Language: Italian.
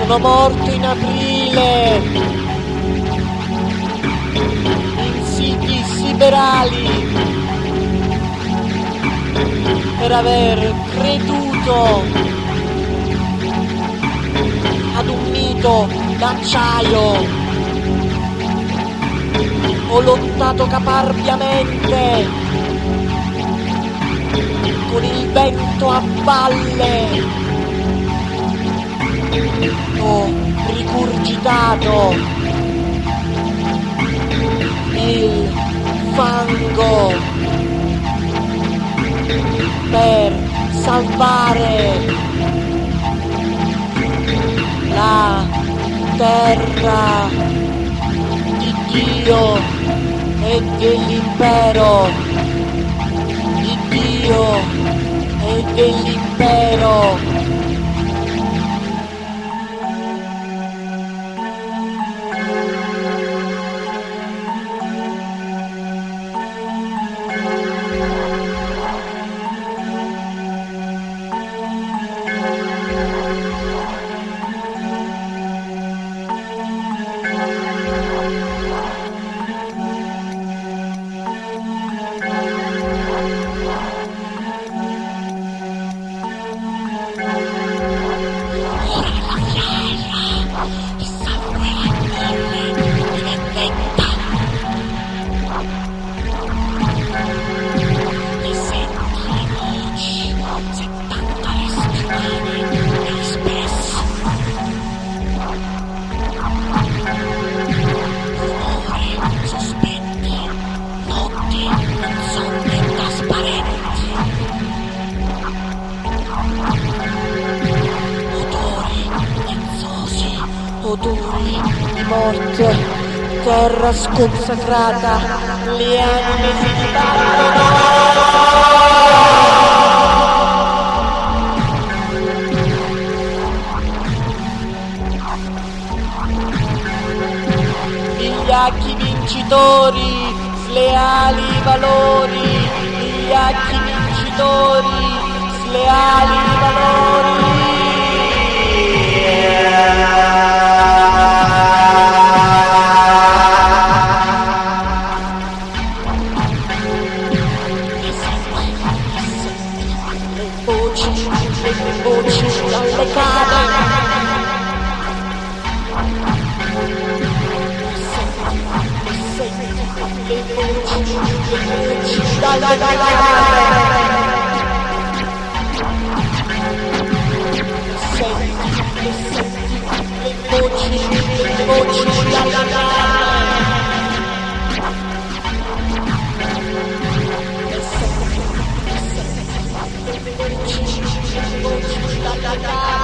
Sono morto in aprile in siti siderali per aver creduto ad un mito d'acciaio. Ho lottato caparbiamente con il vento a valle. Ho rigurgitato il fango per salvare la terra di Dio e dell'impero di Dio e dell'impero. Odori di morte, terra sconsacrata, le anime si dibattono. Vigliacchi vincitori, sleali valori, vigliacchi vincitori, sleali valori. Voci dalle cave, le voci dalle cave, le voci dalle cave. Voci dalla